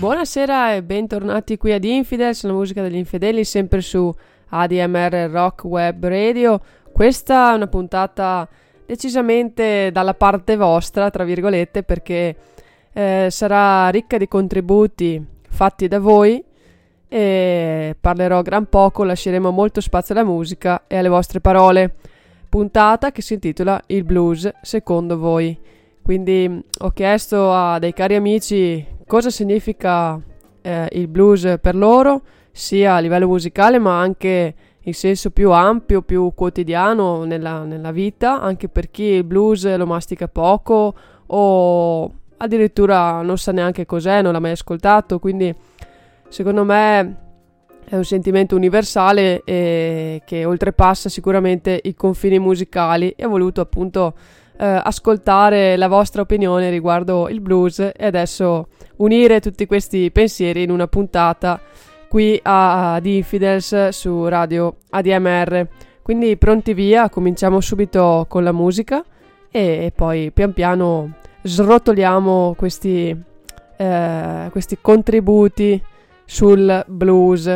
Buonasera e bentornati qui ad Infidels, la musica degli infedeli, sempre su ADMR Rock Web Radio. Questa è una puntata decisamente dalla parte vostra, tra virgolette, perché sarà ricca di contributi fatti da voi e parlerò gran poco, lasceremo molto spazio alla musica e alle vostre parole. Puntata che si intitola Il blues secondo voi. Quindi ho chiesto a dei cari amici cosa significa il blues per loro, sia a livello musicale ma anche in senso più ampio, più quotidiano nella vita, anche per chi il blues lo mastica poco o addirittura non sa neanche cos'è, non l'ha mai ascoltato. Quindi secondo me è un sentimento universale che oltrepassa sicuramente i confini musicali, e ho voluto appunto ascoltare la vostra opinione riguardo il blues e adesso unire tutti questi pensieri in una puntata qui ad Infidels su Radio ADMR. Quindi pronti via, cominciamo subito con la musica e poi pian piano srotoliamo questi contributi sul blues.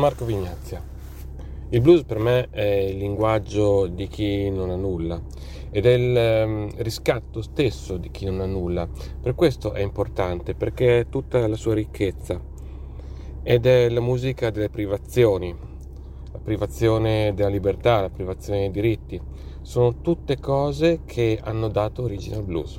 Marco Vignazia. Il blues per me è il linguaggio di chi non ha nulla ed è il riscatto stesso di chi non ha nulla. Per questo è importante, perché è tutta la sua ricchezza ed è la musica delle privazioni, la privazione della libertà, la privazione dei diritti. Sono tutte cose che hanno dato origine al blues.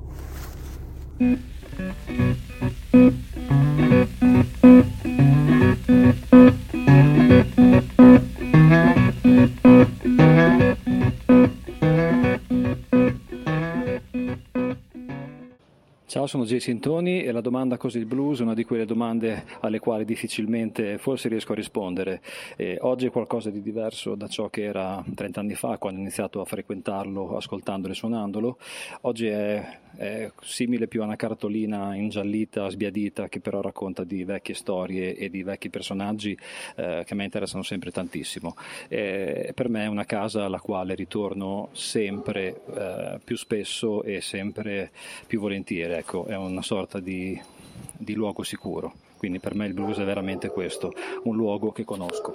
Ciao, sono Jay Sintoni e la domanda cos'è il blues è una di quelle domande alle quali difficilmente forse riesco a rispondere. Oggi è qualcosa di diverso da ciò che era 30 anni fa, quando ho iniziato a frequentarlo, ascoltandolo e suonandolo. Oggi è simile più a una cartolina ingiallita, sbiadita, che però racconta di vecchie storie e di vecchi personaggi che a me interessano sempre tantissimo. Per me è una casa alla quale ritorno sempre più spesso e sempre più volentieri. Ecco, è una sorta di luogo sicuro, quindi per me il blues è veramente questo, un luogo che conosco.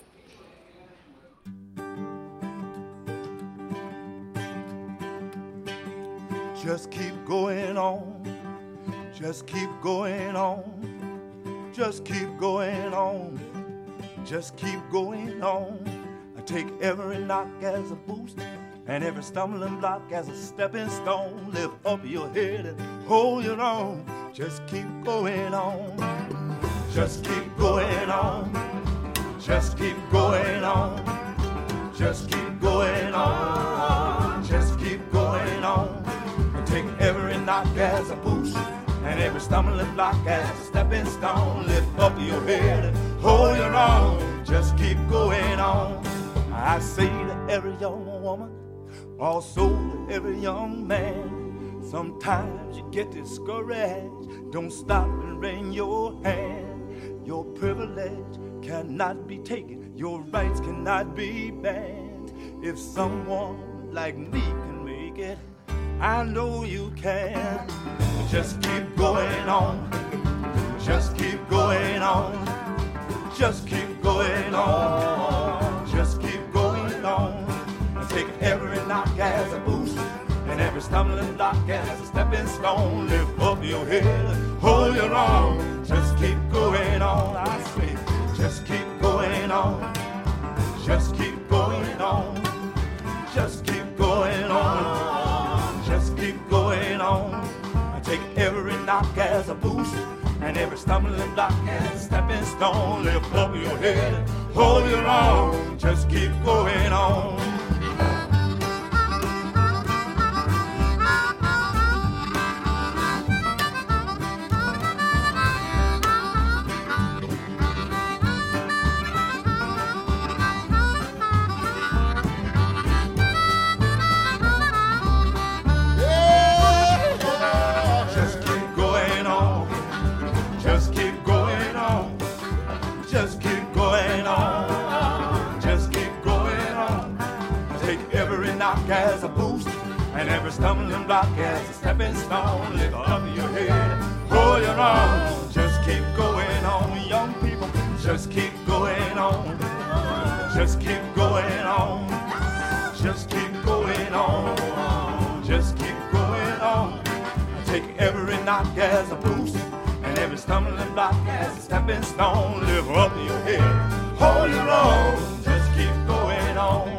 Just keep going on, just keep going on, just keep going on, just keep going on. I take every knock as a boost and every stumbling block as a stepping stone. Lift up your head and hold your own. Just keep going on. Just keep going on. Just keep going on. Just keep going on. Just keep going on. And take every knock as a boost and every stumbling block as a stepping stone. Lift up your head and hold your own. Just keep going on. I say to every young woman, also to every young man, sometimes you get discouraged. Don't stop and wring your hand. Your privilege cannot be taken. Your rights cannot be banned. If someone like me can make it, I know you can. Just keep going on. Just keep going on. Just keep going on. Just keep going on. Take every knock as a boost and every stumbling block as a stepping stone. Lift up your head, hold your own. Just keep going on. I say, just keep going on. Just keep going on. Just keep going on. Just keep going on. I take every knock as a boost and every stumbling block as a stepping stone. Lift up your head, hold your own. Just keep going on. As a boost and every stumbling block as a stepping stone. Lift up your head, hold your own. Just keep going on, young people. Just keep going on. Just keep going on. Just keep going on. Just keep going on. Take every knock as a boost and every stumbling block as a stepping stone. Lift up your head, hold your own. Just keep going on.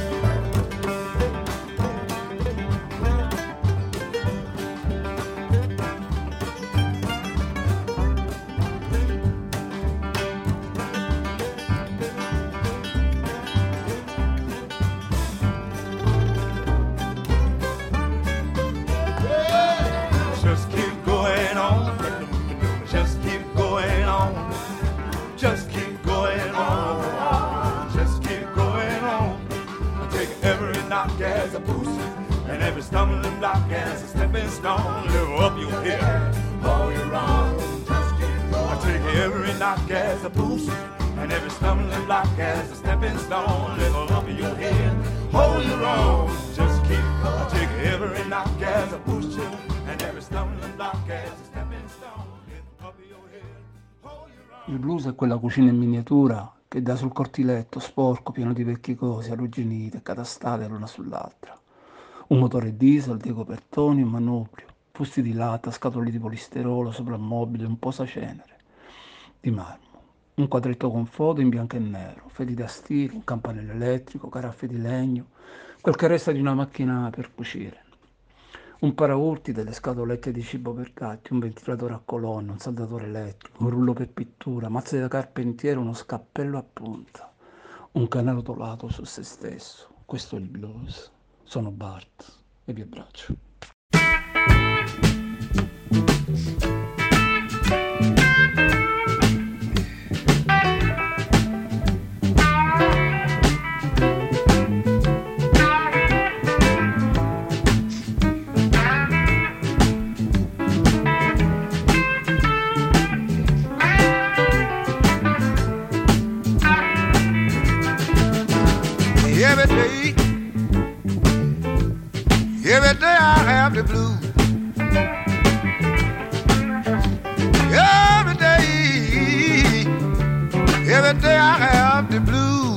As a boost and every stumbling block as a stepping stone. Lift up your head, hold your own. Just keep going. I take every knock as a boost and every stumbling block as a stepping stone. Lift up your head, hold your own. Just keep going. I take every knock as a boost and every stumbling block as a stepping stone. Lift up your head, hold your own. Il blues è quella cucina in miniatura che dà sul cortiletto, sporco, pieno di vecchie cose, arrugginite, accatastate l'una sull'altra. Un motore diesel, dei copertoni, un manubrio, fusti di latta, scatole di polisterolo, soprammobile, un posacenere di marmo. Un quadretto con foto in bianco e nero, fedi da stiro, un campanello elettrico, caraffe di legno, quel che resta di una macchina per cucire. Un paraurti, delle scatolette di cibo per gatti, un ventilatore a colonna, un saldatore elettrico, un rullo per pittura, mazze da carpentiere, uno scappello a punta, un cane rotolato su se stesso. Questo è il blues. Sono Bart e vi abbraccio. Every day I have the blues. Every day I have the blues.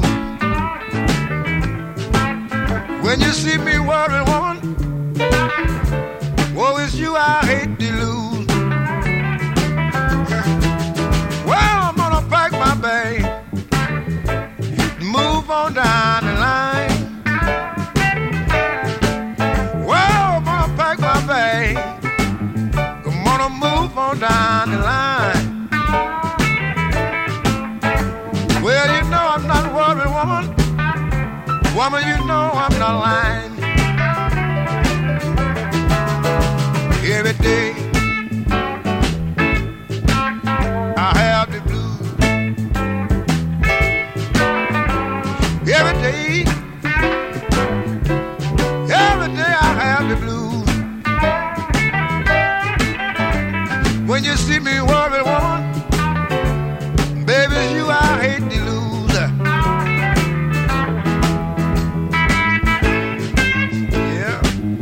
When you see me worried, woman, woe is you I hate to lose. Well, I'm gonna pack my bag, move on down the line. I'm gonna move on down the line. Well, you know I'm not worried, woman. Woman, you know I'm not lying. Every day I have the blues. Every day I have the blues. When you see me worried, woman, baby, it's you I hate to lose. Yeah.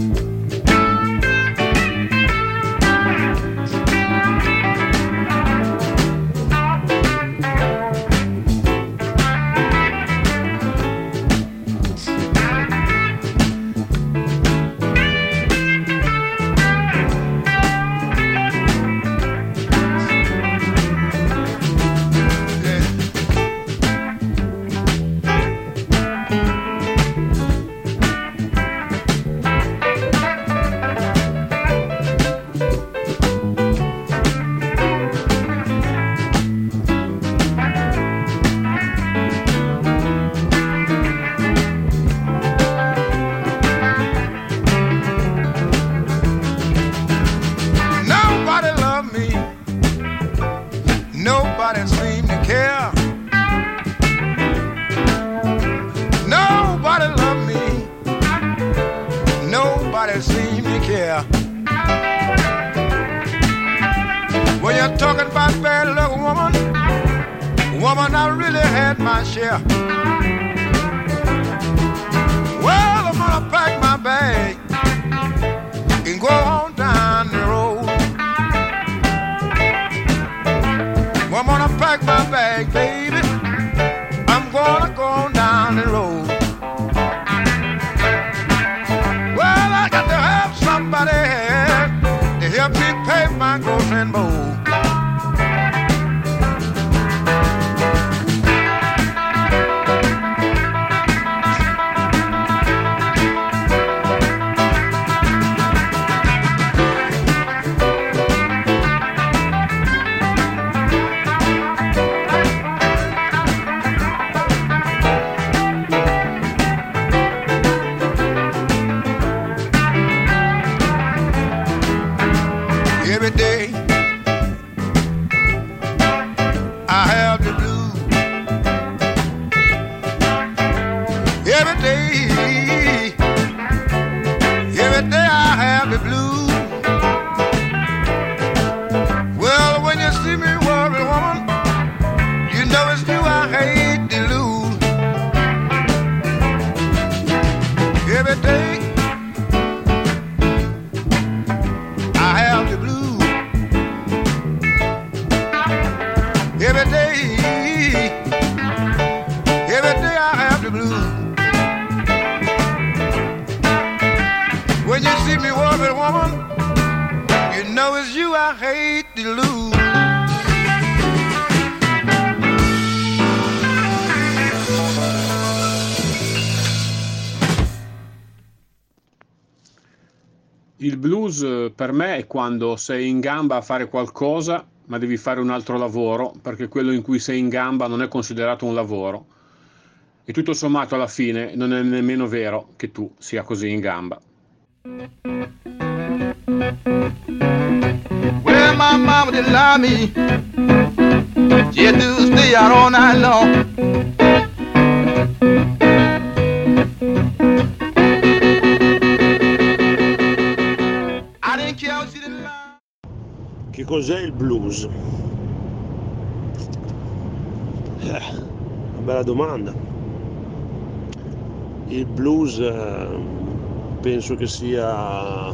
When you're talking about bad luck, woman, I really had my share. Well, I'm gonna pack my bag and go on down the road. Well, I'm gonna pack my bag, baby. I'm gonna go on down the road. Well, I got to have somebody to help me pay my grocery and bowl. Every day I have the blues. Every day I have the blues. Well, when you see me worry, woman, you know it's you I hate to lose. Every day I have the blues. Every day keep me worried, woman. You know it's you I hate to lose. Il blues per me è quando sei in gamba a fare qualcosa, ma devi fare un altro lavoro, perché quello in cui sei in gamba non è considerato un lavoro. E tutto sommato alla fine non è nemmeno vero che tu sia così in gamba. Well, my mama did lie me. She had to stay out all night long. Che cos'è il blues? Una bella domanda. Il blues penso che sia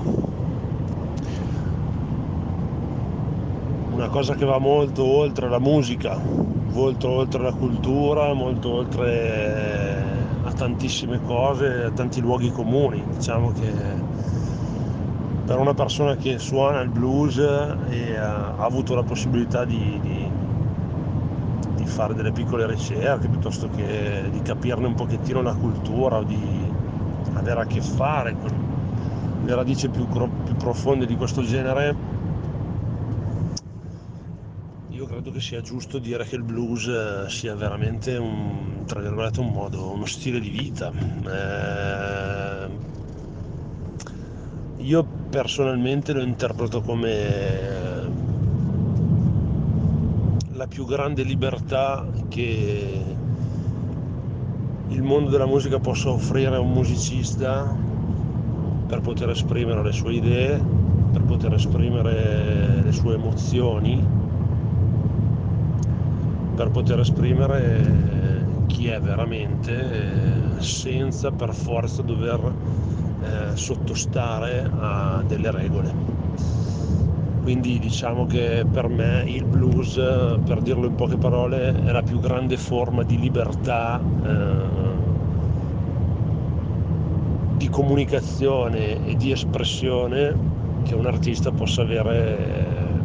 una cosa che va molto oltre la musica, molto oltre la cultura, molto oltre a tantissime cose, a tanti luoghi comuni. Diciamo che per una persona che suona il blues e ha avuto la possibilità di fare delle piccole ricerche piuttosto che di capirne un pochettino la cultura o di avere a che fare con le radici più profonde di questo genere, io credo che sia giusto dire che il blues sia veramente tra virgolette un modo, uno stile di vita. Io personalmente lo interpreto come la più grande libertà che il mondo della musica possa offrire a un musicista per poter esprimere le sue idee, per poter esprimere le sue emozioni, per poter esprimere chi è veramente senza per forza dover sottostare a delle regole. Quindi diciamo che per me il blues, per dirlo in poche parole, è la più grande forma di libertà di comunicazione e di espressione che un artista possa avere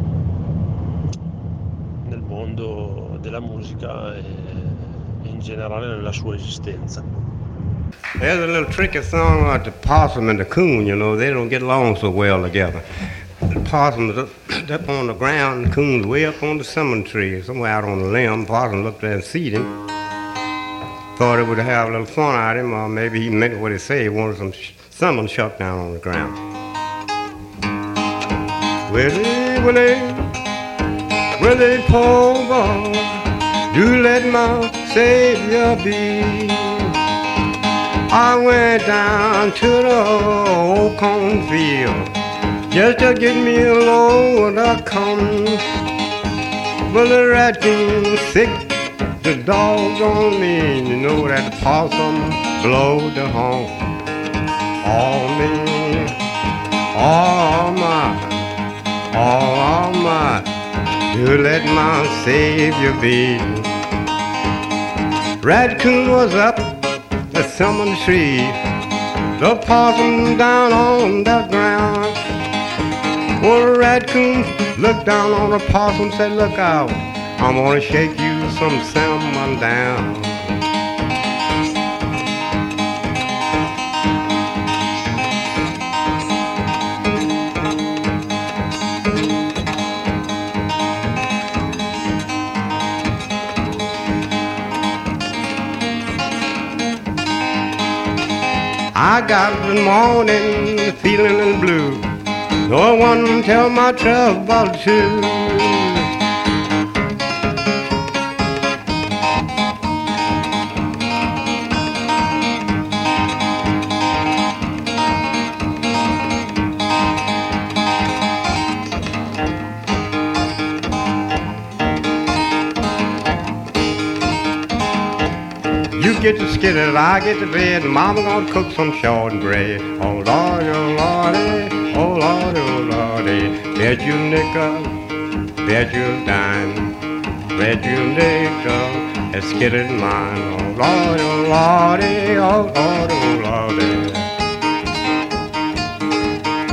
nel mondo della musica e in generale nella sua esistenza. There's a little tricky song about the possum and the coon, you know, they don't get along so well together. The possum's up on the ground, the coon's way up on the cinnamon tree, somewhere out on the limb. Possum looked there and seen him. Thought he would have a little fun at him, or maybe he meant what he said, he wanted some cinnamon chucked down on the ground. Willie, poor boy, do let my Savior be. I went down to the old cornfield just to get me a load of corn. But the rat came sick, the dog on me. You know that the possum blowed the horn on me. Oh my, you let my Savior be. Raccoon was up the cinnamon tree, the possum down on the ground. Well, the raccoon looked down on the possum, said, look out, I'm gonna shake you some cinnamon down. I got the morning feeling blue. No one tell my trouble to. You get to skittle, I get to bed, and Mama gonna cook some shortbread. Oh Lord, oh Lordy, oh Lord, oh Lordy. Bet you nickel, bet you dime, bet you nickel, that skittle's mine. Oh Lord, oh Lordy, oh Lord, oh Lordy.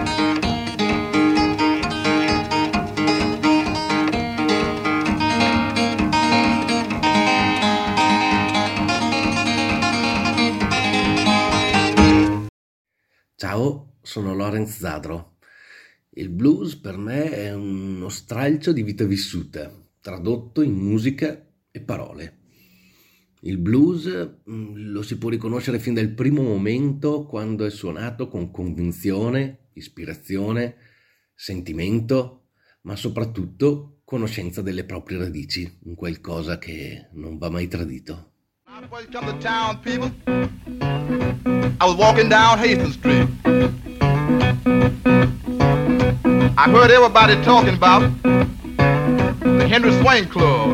sono Lorenz Zadro. Il blues per me è uno stralcio di vita vissuta, tradotto in musica e parole. Il blues lo si può riconoscere fin dal primo momento, quando è suonato con convinzione, ispirazione, sentimento, ma soprattutto conoscenza delle proprie radici, un qualcosa che non va mai tradito. Welcome to town, people. I was walking down Hastings Street. I heard everybody talking about the Henry Swain Club.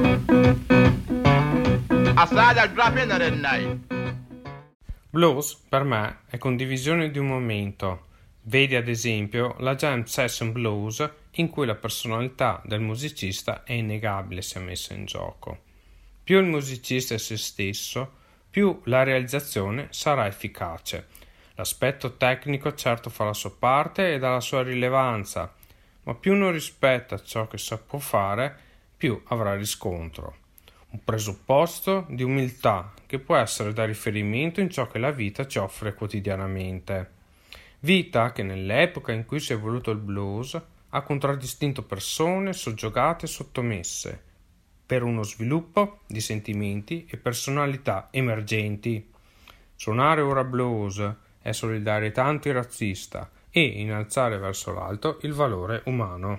I decided I'd drop in there that night. Blues per me è condivisione di un momento. Vedi ad esempio la Jam Session Blues, in cui la personalità del musicista è innegabile se messa in gioco. Più il musicista è se stesso, più la realizzazione sarà efficace. L'aspetto tecnico certo fa la sua parte ed ha la sua rilevanza, ma più uno rispetta ciò che sa può fare, più avrà riscontro. Un presupposto di umiltà che può essere da riferimento in ciò che la vita ci offre quotidianamente. Vita che nell'epoca in cui si è evoluto il blues ha contraddistinto persone soggiogate e sottomesse, per uno sviluppo di sentimenti e personalità emergenti. Suonare ora blues è solidarietà antirazzista e innalzare verso l'alto il valore umano.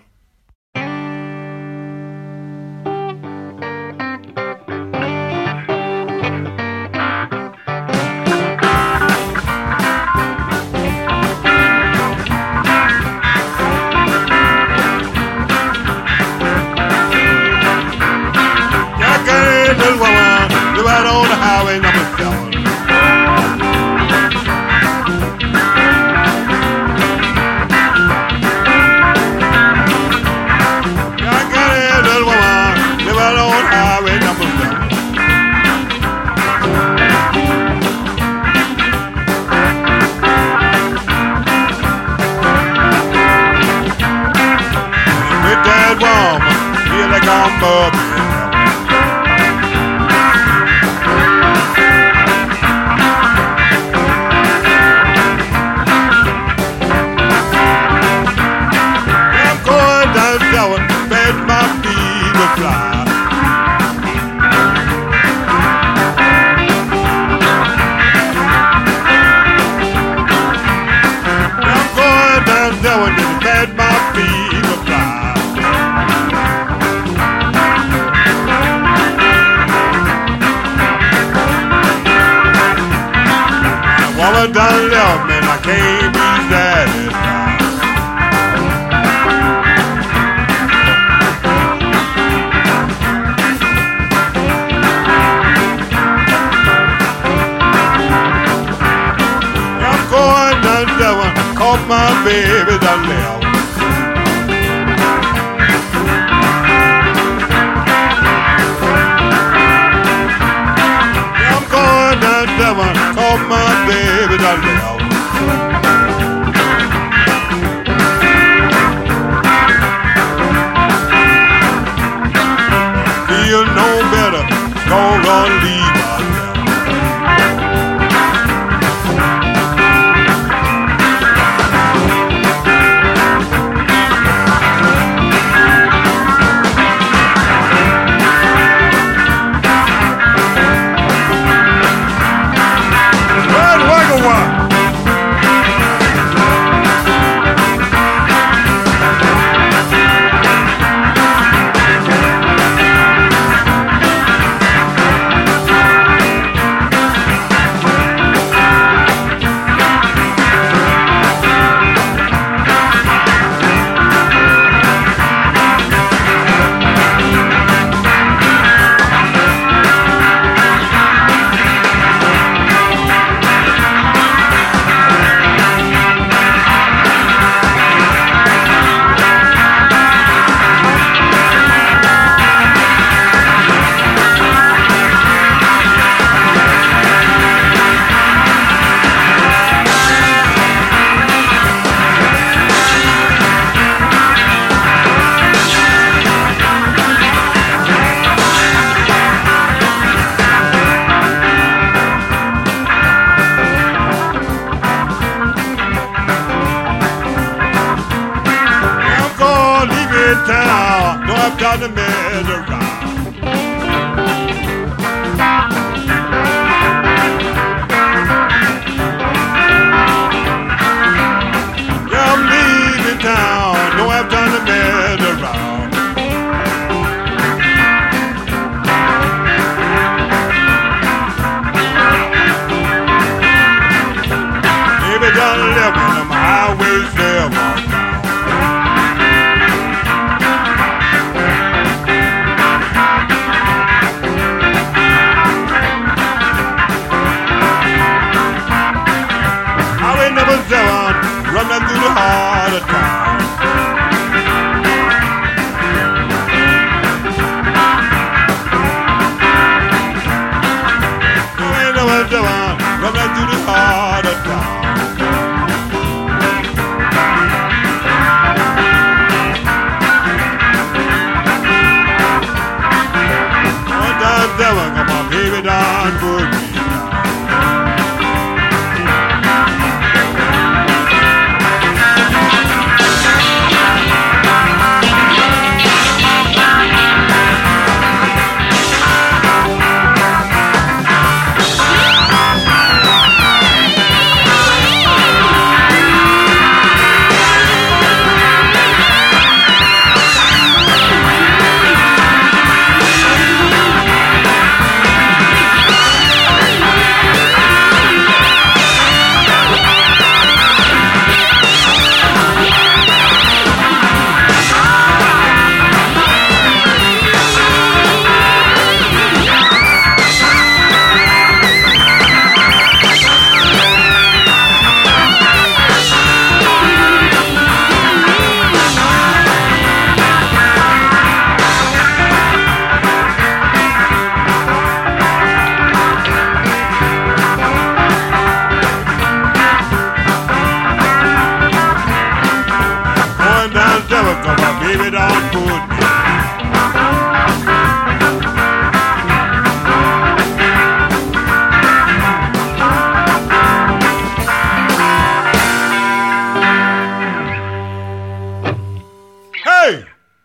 Done left me and I can't be satisfied. I'm going down there, cause my baby done left. I'm going down there, cause my baby done left. Feel no better, gonna leave myself. Red Wagga have time to mess around. Yeah, I'm leaving town, don't have time to mess around. Baby, done left me on my highway 7. Running through the heart of town. You ain't no one down, running through the heart of town. One time, devil, come on, baby, down, put me down. Baby, don't put me. Hey!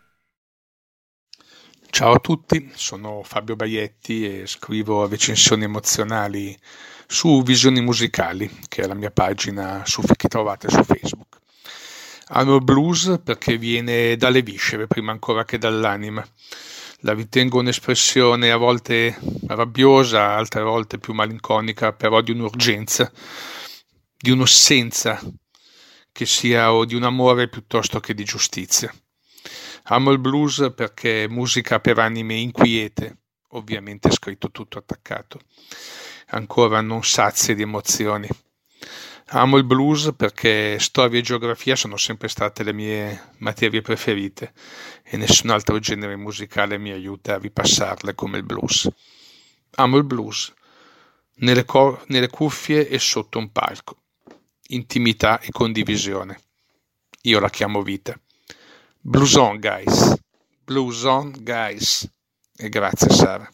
Ciao a tutti, sono Fabio Baietti e scrivo recensioni emozionali su Visioni Musicali, che è la mia pagina che trovate su Facebook. Amo il blues perché viene dalle viscere prima ancora che dall'anima. La ritengo un'espressione a volte rabbiosa, altre volte più malinconica, però di un'urgenza, di un'ossenza, che sia o di un amore piuttosto che di giustizia. Amo il blues perché è musica per anime inquiete, ovviamente scritto tutto attaccato, ancora non sazie di emozioni. Amo il blues perché storia e geografia sono sempre state le mie materie preferite e nessun altro genere musicale mi aiuta a ripassarle come il blues. Amo il blues nelle cuffie e sotto un palco, intimità e condivisione. Io la chiamo vita. Blues on, guys. Blues on, guys. E grazie, Sara.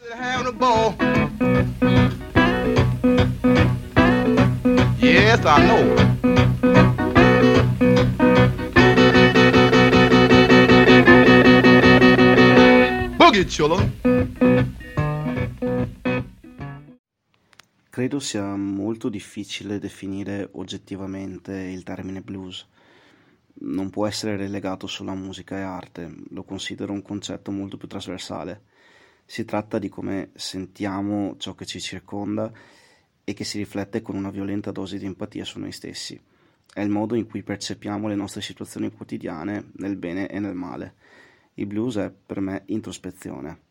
Yes, I know. Boogie, children. Credo sia molto difficile definire oggettivamente il termine blues. Non può essere relegato solo a musica e arte, lo considero un concetto molto più trasversale. Si tratta di come sentiamo ciò che ci circonda e che si riflette con una violenta dose di empatia su noi stessi. È il modo in cui percepiamo le nostre situazioni quotidiane, nel bene e nel male. Il blues è per me introspezione.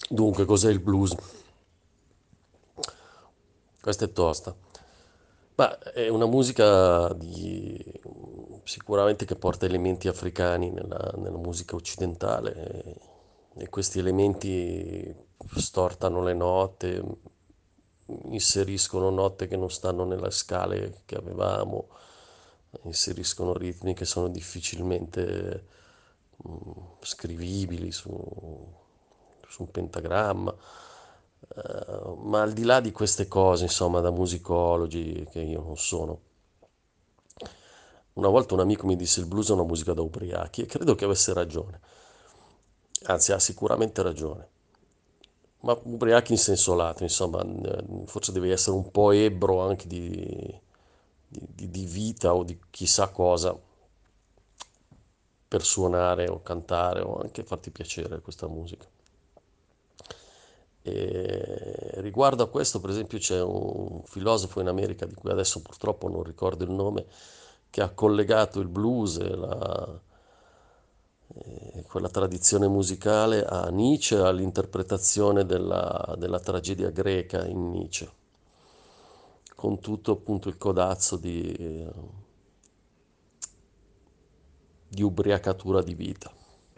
Dunque, cos'è il blues? Questa è tosta. Ma è una musica sicuramente che porta elementi africani nella musica occidentale e questi elementi stortano le note, inseriscono note che non stanno nelle scale che avevamo, inseriscono ritmi che sono difficilmente scrivibili su un pentagramma. Ma al di là di queste cose, insomma, da musicologi che io non sono, una volta un amico mi disse il blues è una musica da ubriachi e credo che avesse ragione, anzi ha sicuramente ragione, ma ubriachi in senso lato, insomma, forse devi essere un po' ebbro anche di vita o di chissà cosa per suonare o cantare o anche farti piacere questa musica. E riguardo a questo, per esempio, c'è un filosofo in America di cui adesso purtroppo non ricordo il nome, che ha collegato il blues e quella tradizione musicale a Nietzsche, all'interpretazione della tragedia greca in Nietzsche, con tutto appunto il codazzo di ubriacatura di vita.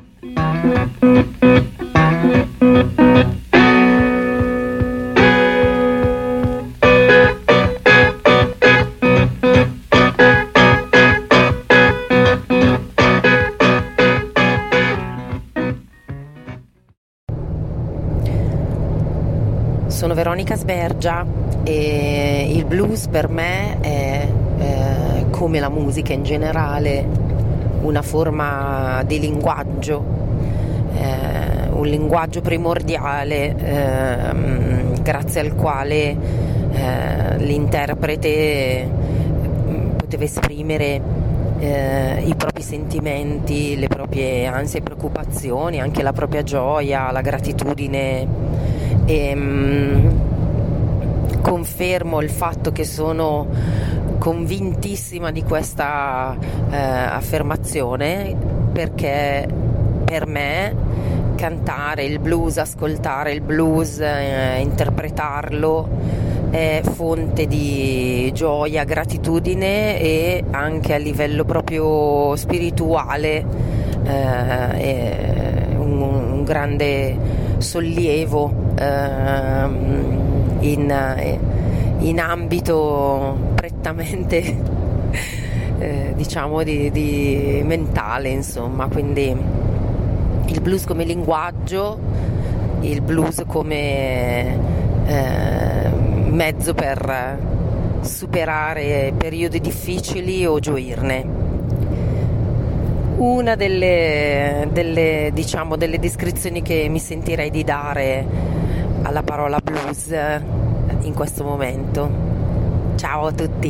Sono Veronica Sbergia e il blues per me è, come la musica in generale, una forma di linguaggio, un linguaggio primordiale grazie al quale l'interprete poteva esprimere i propri sentimenti, le proprie ansie e preoccupazioni, anche la propria gioia, la gratitudine. Confermo il fatto che sono convintissima di questa affermazione, perché per me cantare il blues, ascoltare il blues, interpretarlo è fonte di gioia, gratitudine e anche a livello proprio spirituale è un grande sollievo in ambito prettamente diciamo di mentale, insomma. Quindi il blues come linguaggio, il blues come mezzo per superare periodi difficili o gioirne. Una delle descrizioni che mi sentirei di dare alla parola blues in questo momento. Ciao a tutti.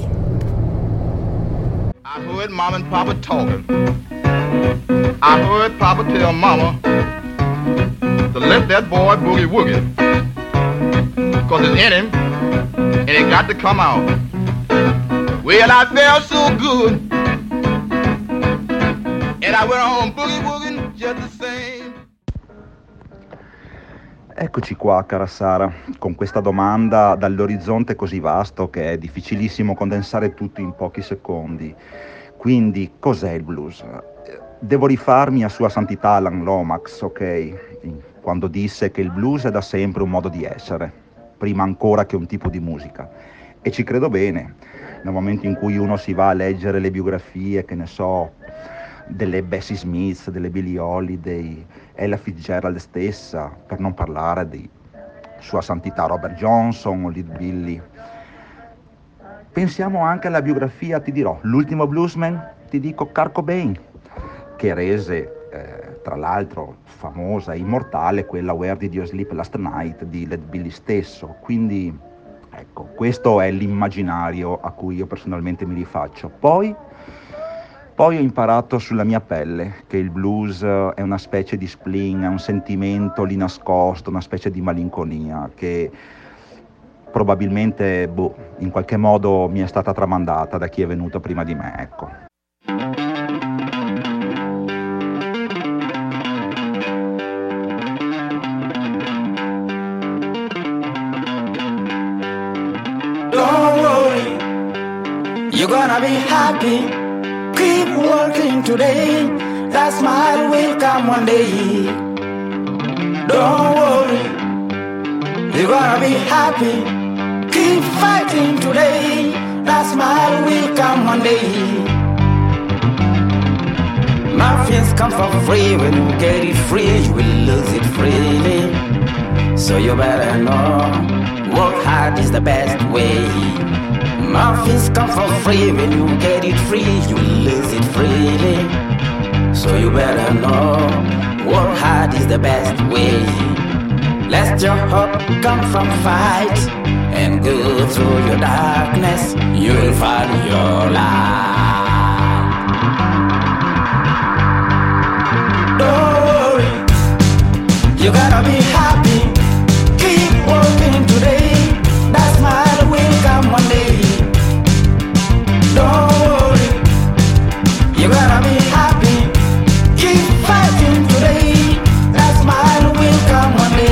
I heard Mom and Papa talking. I heard Papa tell Mama to let that boy boogie woogie, 'cause it's in him and it got to come out. Well, I felt so good and I went on boogie wooging just the same. Eccoci qua, cara Sara, con questa domanda dall'orizzonte così vasto che è difficilissimo condensare tutto in pochi secondi. Quindi, cos'è il blues? Devo rifarmi a Sua Santità Alan Lomax, ok? Quando disse che il blues è da sempre un modo di essere, prima ancora che un tipo di musica. E ci credo bene. Nel momento in cui uno si va a leggere le biografie, che ne so, delle Bessie Smith, delle Billie Holiday, Ella Fitzgerald stessa, per non parlare di Sua Santità Robert Johnson o Lead Billy. Pensiamo anche alla biografia, ti dirò, l'ultimo bluesman, ti dico Kurt Cobain, che rese, tra l'altro, famosa e immortale quella Where Did You Sleep Last Night di Lead Billy stesso. Quindi, ecco, questo è l'immaginario a cui io personalmente mi rifaccio. Poi ho imparato sulla mia pelle che il blues è una specie di spleen, è un sentimento lì nascosto, una specie di malinconia che probabilmente, in qualche modo mi è stata tramandata da chi è venuto prima di me, ecco. gonna be happy. Keep working today. That smile will come one day. Don't worry, you're gonna be happy. Keep fighting today. That smile will come one day. Muffins come for free. When you get it free, you will lose it freely. So you better know, work hard is the best way. Muffins come for free. When you get it free, you will lose it freely. So you better know, work hard is the best way. Let your hope come from fight, and go through your darkness, you will find your light. Don't worry, you gotta be happy. Keep working today. That smile will come one day. Don't worry, you gotta be happy. Keep fighting today. That smile will come one day.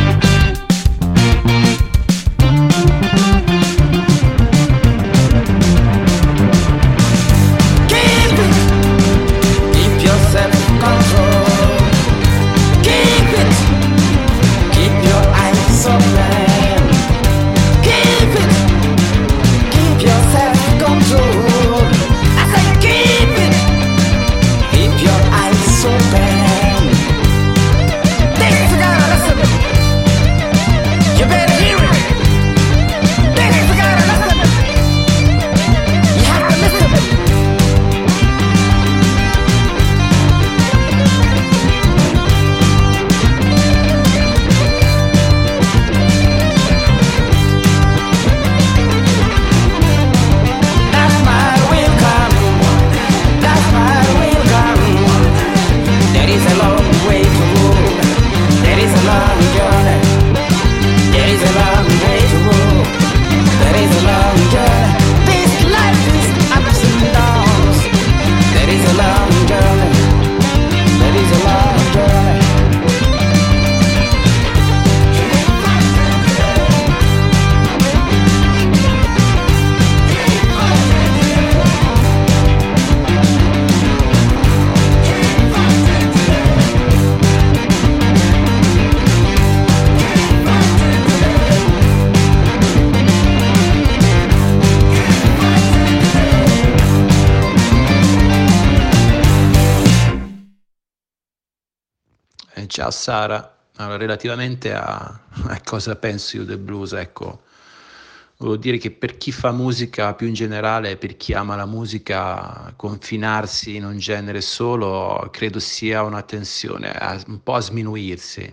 Ciao Sara, allora, relativamente a cosa penso io del blues, ecco, volevo dire che per chi fa musica più in generale, per chi ama la musica, confinarsi in un genere solo credo sia una tensione, un po' a sminuirsi.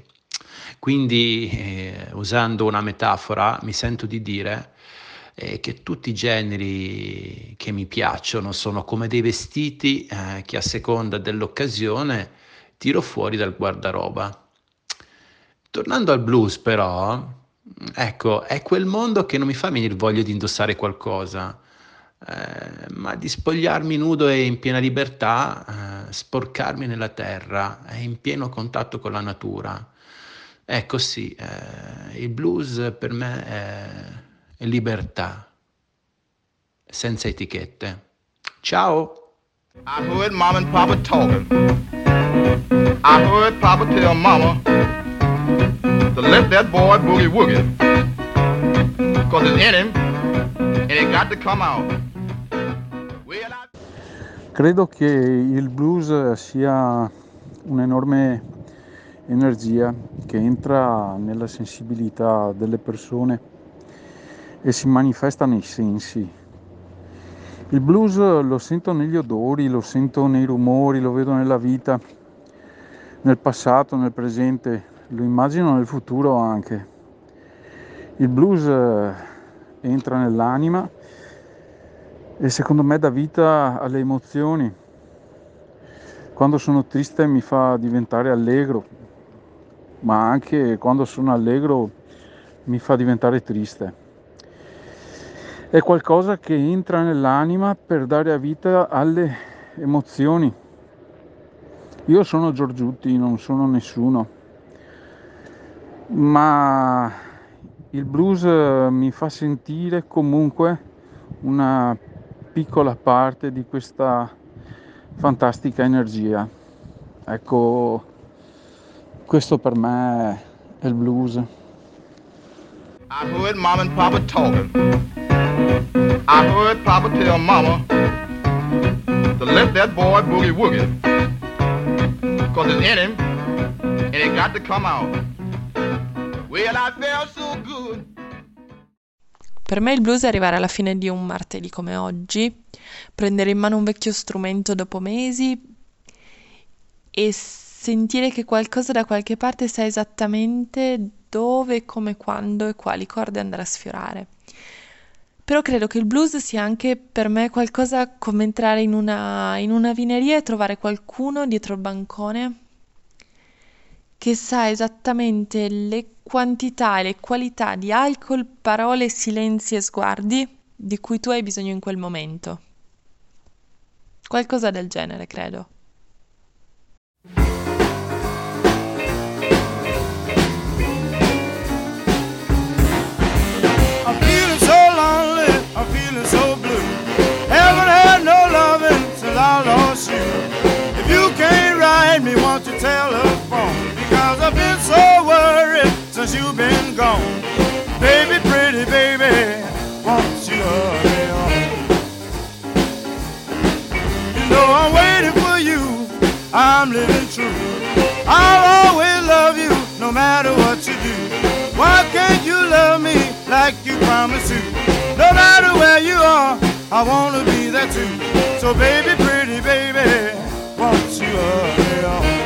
Quindi, usando una metafora, mi sento di dire che tutti i generi che mi piacciono sono come dei vestiti che a seconda dell'occasione tiro fuori dal guardaroba. Tornando al blues però, ecco, è quel mondo che non mi fa venire voglia di indossare qualcosa, ma di spogliarmi nudo e in piena libertà, sporcarmi nella terra, in pieno contatto con la natura. Ecco sì, il blues per me è libertà, senza etichette. Ciao! I heard Mom and Papa talking. I heard Papa tell Mama to let that boy boogie woogie, 'cause it's in him and it got to come out. Credo che il blues sia un'enorme energia che entra nella sensibilità delle persone e si manifesta nei sensi. Il blues lo sento negli odori, lo sento nei rumori, lo vedo nella vita, nel passato, nel presente, lo immagino nel futuro anche. Il blues entra nell'anima e secondo me dà vita alle emozioni. Quando sono triste mi fa diventare allegro, ma anche quando sono allegro mi fa diventare triste. È qualcosa che entra nell'anima per dare vita alle emozioni. Io sono Giorgiutti, non sono nessuno, ma il blues mi fa sentire comunque una piccola parte di questa fantastica energia. Ecco, questo per me è il blues. I heard Mama and Papa talking. I heard Papa tell Mama to let that boy boogie woogie, 'cause it's in him and it got to come out. Well, I felt so good. Per me il blues è arrivare alla fine di un martedì come oggi, prendere in mano un vecchio strumento dopo mesi e sentire che qualcosa da qualche parte sa esattamente dove, come, quando e quali corde andare a sfiorare. Però credo che il blues sia anche per me qualcosa come entrare in una vineria e trovare qualcuno dietro il bancone che sa esattamente le quantità e le qualità di alcol, parole, silenzi e sguardi di cui tu hai bisogno in quel momento. Qualcosa del genere, credo. I'm feeling so lonely, I'm feeling so blue. Haven't had no loving since I lost you. If you can't write me, won't you telephone? Because I've been so worried since you've been gone. Baby, pretty baby, won't you hurry on? You know I'm waiting for you, I'm living true. I'll always love you, no matter what you do. Why can't you love me like you promised to? No matter where you are, I wanna be there too. So baby, pretty baby, won't you hurry on?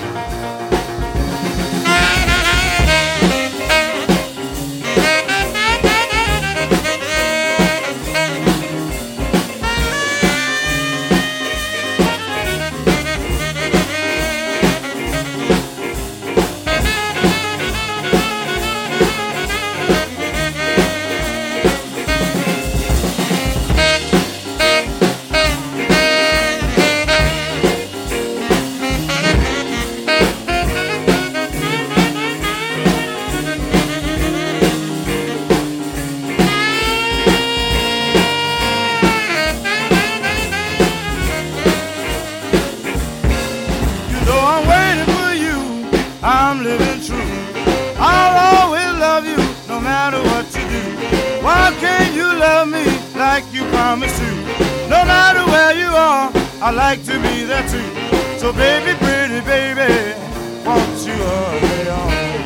I like to be there too. So baby, pretty baby, won't you hurry on?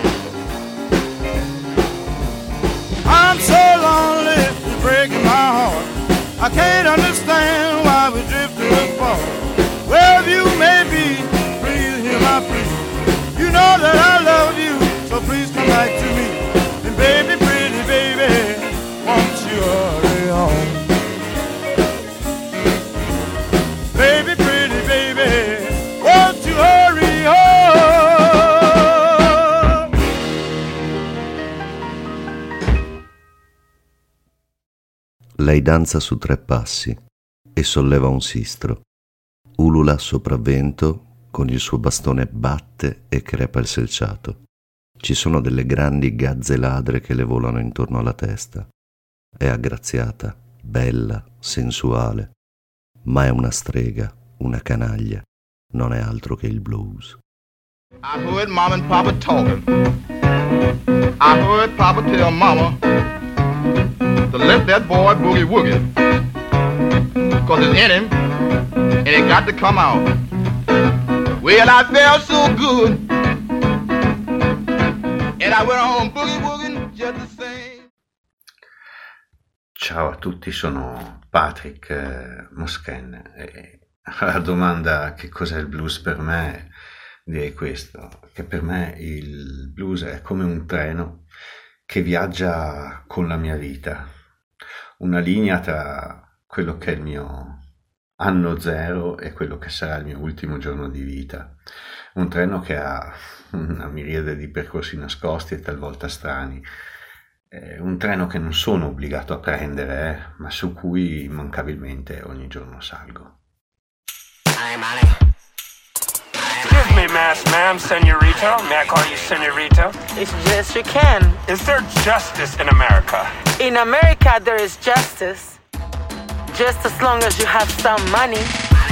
I'm so lonely, you're breaking my heart. I can't understand why we're drifting apart. Wherever you may be, please hear my plea. You know that I love you, so please come back to me. And baby, pretty baby, won't you hurry on? Baby, pretty baby, won't you hurry home? Lei danza su 3 passi e solleva un sistro. Ulula sopravvento, con il suo bastone batte e crepa il selciato. Ci sono delle grandi gazze ladre che le volano intorno alla testa. È aggraziata, bella, sensuale. Ma è una strega, una canaglia, non è altro che il blues. I heard Mama and Papa talking. I heard Papa tell Mama to let that boy boogie woogie, 'cause it's in him and it got to come out. Well, I felt so good and I went on boogie woogie just the same. Ciao a tutti, sono Patrick Moschen e alla domanda che cos'è il blues per me direi questo, che per me il blues è come un treno che viaggia con la mia vita, una linea tra quello che è il mio anno zero e quello che sarà il mio ultimo giorno di vita, un treno che ha una miriade di percorsi nascosti e talvolta strani. Un treno che non sono obbligato a prendere, ma su cui immancabilmente ogni giorno salgo. Excuse me, ma'am, senorita. May I call you senorita? Yes, you can. Is there justice in America? In America, there is justice. just as long as you have some money.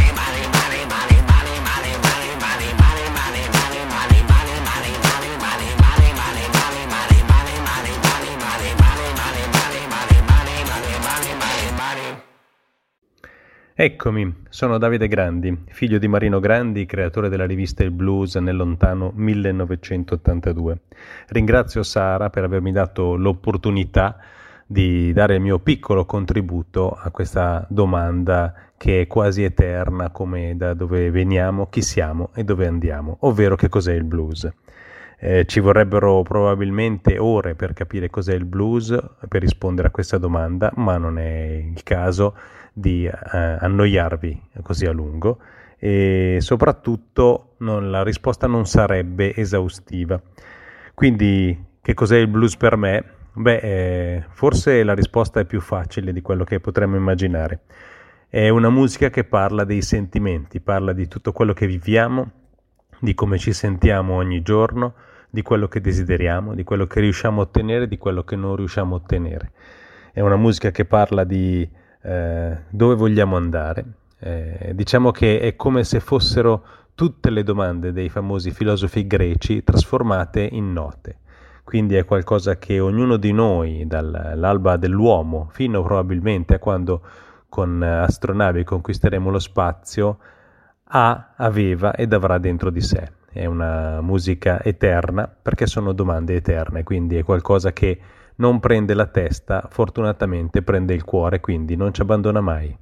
Eccomi, sono Davide Grandi, figlio di Marino Grandi, creatore della rivista Il Blues nel lontano 1982. Ringrazio Sara per avermi dato l'opportunità di dare il mio piccolo contributo a questa domanda che è quasi eterna, come da dove veniamo, chi siamo e dove andiamo, ovvero che cos'è il blues. Ci vorrebbero probabilmente ore per capire cos'è il blues, per rispondere a questa domanda, ma non è il caso di annoiarvi così a lungo e soprattutto la risposta non sarebbe esaustiva. Quindi che cos'è il blues per me? Forse la risposta è più facile di quello che potremmo immaginare. È una musica che parla dei sentimenti, parla di tutto quello che viviamo, di come ci sentiamo ogni giorno, di quello che desideriamo, di quello che riusciamo a ottenere, di quello che non riusciamo a ottenere. È una musica che parla di dove vogliamo andare. Diciamo che è come se fossero tutte le domande dei famosi filosofi greci trasformate in note. Quindi è qualcosa che ognuno di noi, dall'alba dell'uomo fino probabilmente a quando con astronavi conquisteremo lo spazio, aveva ed avrà dentro di sé. È una musica eterna perché sono domande eterne, quindi è qualcosa che non prende la testa, fortunatamente prende il cuore, quindi non ci abbandona mai.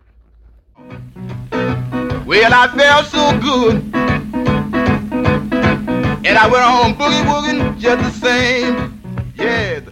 Well, I felt so good, and I went on boogie-wooging just the same, yeah.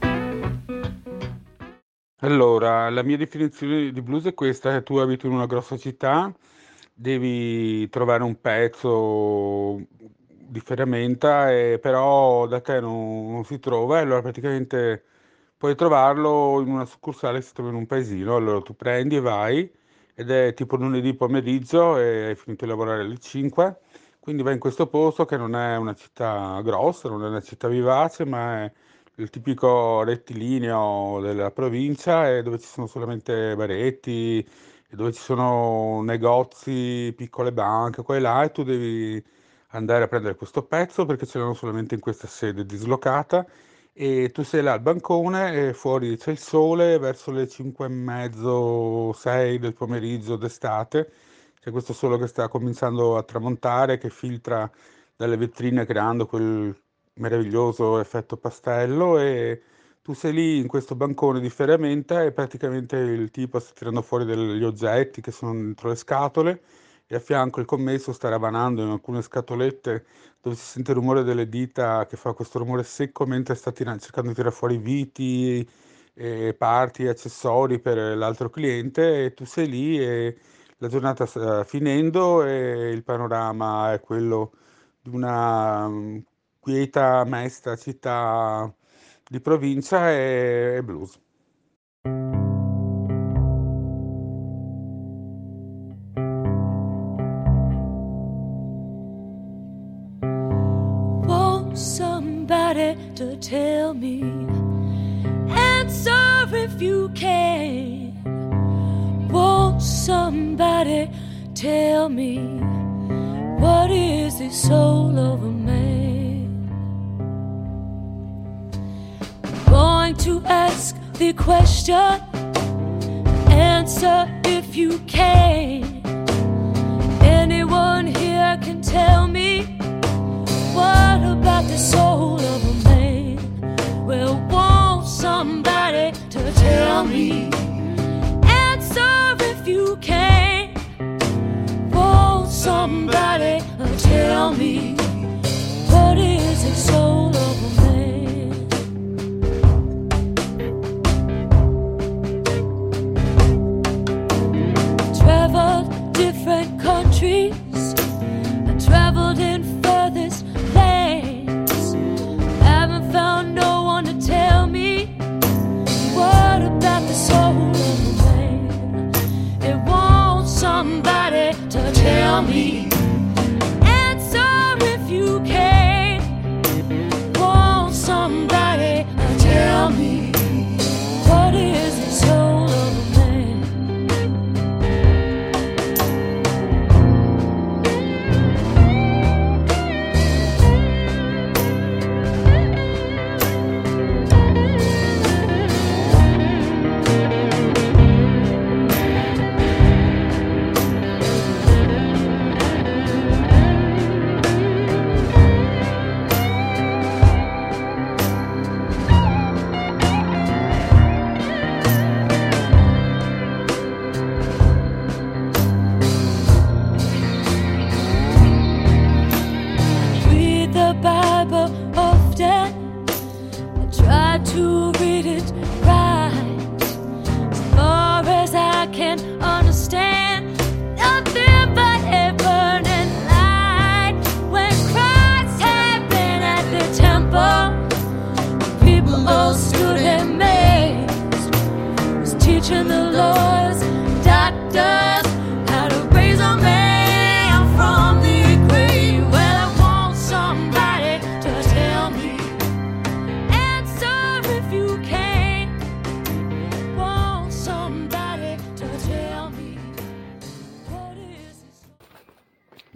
Allora, la mia definizione di blues è questa: che tu abiti in una grossa città, devi trovare un pezzo di ferramenta, però da te non si trova, e allora praticamente puoi trovarlo in una succursale che si trova in un paesino. Allora tu prendi e vai, ed è tipo lunedì pomeriggio e hai finito di lavorare alle 5, quindi vai in questo posto che non è una città grossa, non è una città vivace, ma è il tipico rettilineo della provincia, e dove ci sono solamente baretti, e dove ci sono negozi, piccole banche, qua e là, e tu devi andare a prendere questo pezzo perché ce l'hanno solamente in questa sede dislocata, e tu sei là al bancone e fuori c'è il sole verso le 5:30, 6 del pomeriggio d'estate. C'è questo sole che sta cominciando a tramontare, che filtra dalle vetrine creando quel meraviglioso effetto pastello, e tu sei lì in questo bancone di ferramenta e praticamente il tipo sta tirando fuori degli oggetti che sono dentro le scatole, e a fianco il commesso sta ravanando in alcune scatolette dove si sente il rumore delle dita, che fa questo rumore secco mentre sta cercando di tirare fuori viti, parti, accessori per l'altro cliente, e tu sei lì e la giornata sta finendo e il panorama è quello di una quieta, mesta città di provincia e blues. Somebody to tell me, answer if you can. Won't somebody tell me, what is the soul of a man? I'm going to ask the question, answer if you can. Anyone here can tell me, what about the soul of a man? Well, won't somebody to tell me, answer if you can. Won't somebody tell me, what is the soul of a man? Traveled different countries, I traveled in furthest lands, haven't found no one to tell me, what about the soul of a man? It won't somebody to tell me, answer if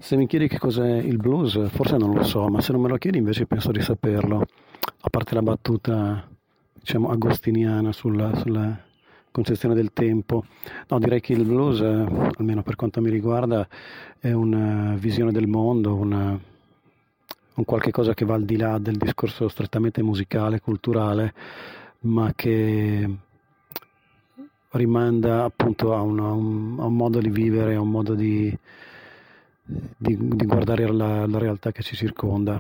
Se mi chiedi che cos'è il blues, forse non lo so, ma se non me lo chiedi invece penso di saperlo, a parte la battuta, diciamo, agostiniana sulla concezione del tempo. No, direi che il blues, almeno per quanto mi riguarda, è una visione del mondo, un qualche cosa che va al di là del discorso strettamente musicale, culturale, ma che rimanda appunto a un modo di vivere, a un modo di guardare la realtà che ci circonda.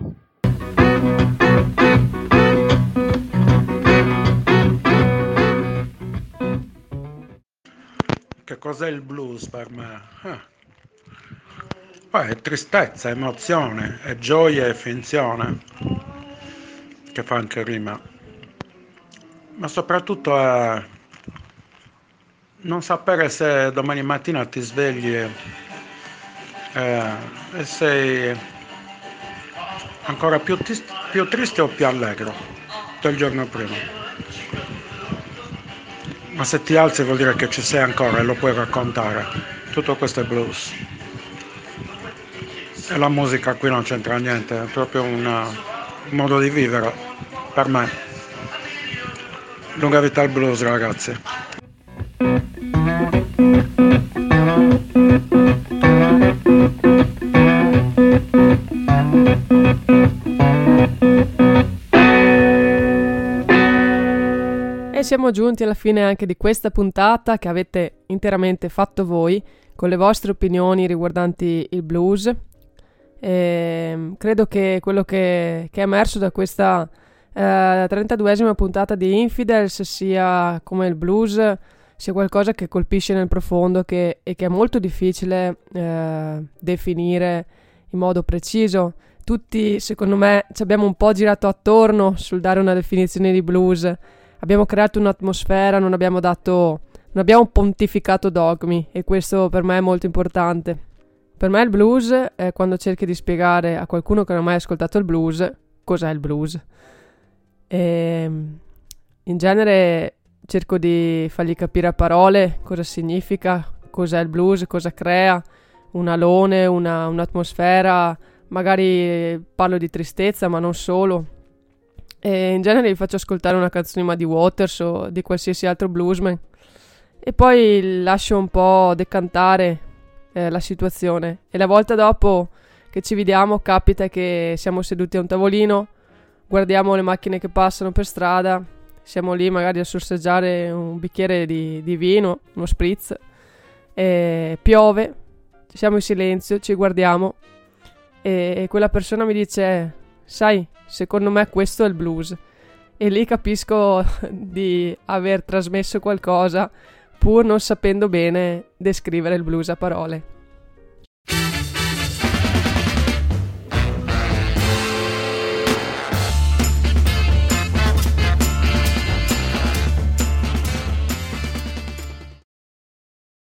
Che cos'è il blues per me? È tristezza, emozione, è gioia e finzione, che fa anche rima, ma soprattutto è non sapere se domani mattina ti svegli e sei ancora più triste o più allegro del giorno prima. Ma se ti alzi vuol dire che ci sei ancora e lo puoi raccontare. Tutto questo è blues. E la musica qui non c'entra niente, è proprio un modo di vivere per me. Lunga vita al blues, ragazzi. E siamo giunti alla fine anche di questa puntata che avete interamente fatto voi con le vostre opinioni riguardanti il blues. Credo che quello che è emerso da questa 32esima puntata di Infidels sia come il blues sia qualcosa che colpisce nel profondo e che è molto difficile definire in modo preciso. Tutti, secondo me, ci abbiamo un po' girato attorno sul dare una definizione di blues. Abbiamo creato un'atmosfera, non abbiamo pontificato dogmi, e questo per me è molto importante. Per me il blues è quando cerchi di spiegare a qualcuno che non ha mai ascoltato il blues cos'è il blues. E in genere cerco di fargli capire a parole cosa significa, cos'è il blues, cosa crea, un alone, un'atmosfera, magari parlo di tristezza ma non solo. E in genere gli faccio ascoltare una canzone di Muddy Waters o di qualsiasi altro bluesman e poi lascio un po' decantare la situazione, e la volta dopo che ci vediamo capita che siamo seduti a un tavolino, guardiamo le macchine che passano per strada, siamo lì magari a sorseggiare un bicchiere di vino, uno spritz, e piove, siamo in silenzio, ci guardiamo e quella persona mi dice: sai, secondo me questo è il blues, e lì capisco di aver trasmesso qualcosa pur non sapendo bene descrivere il blues a parole.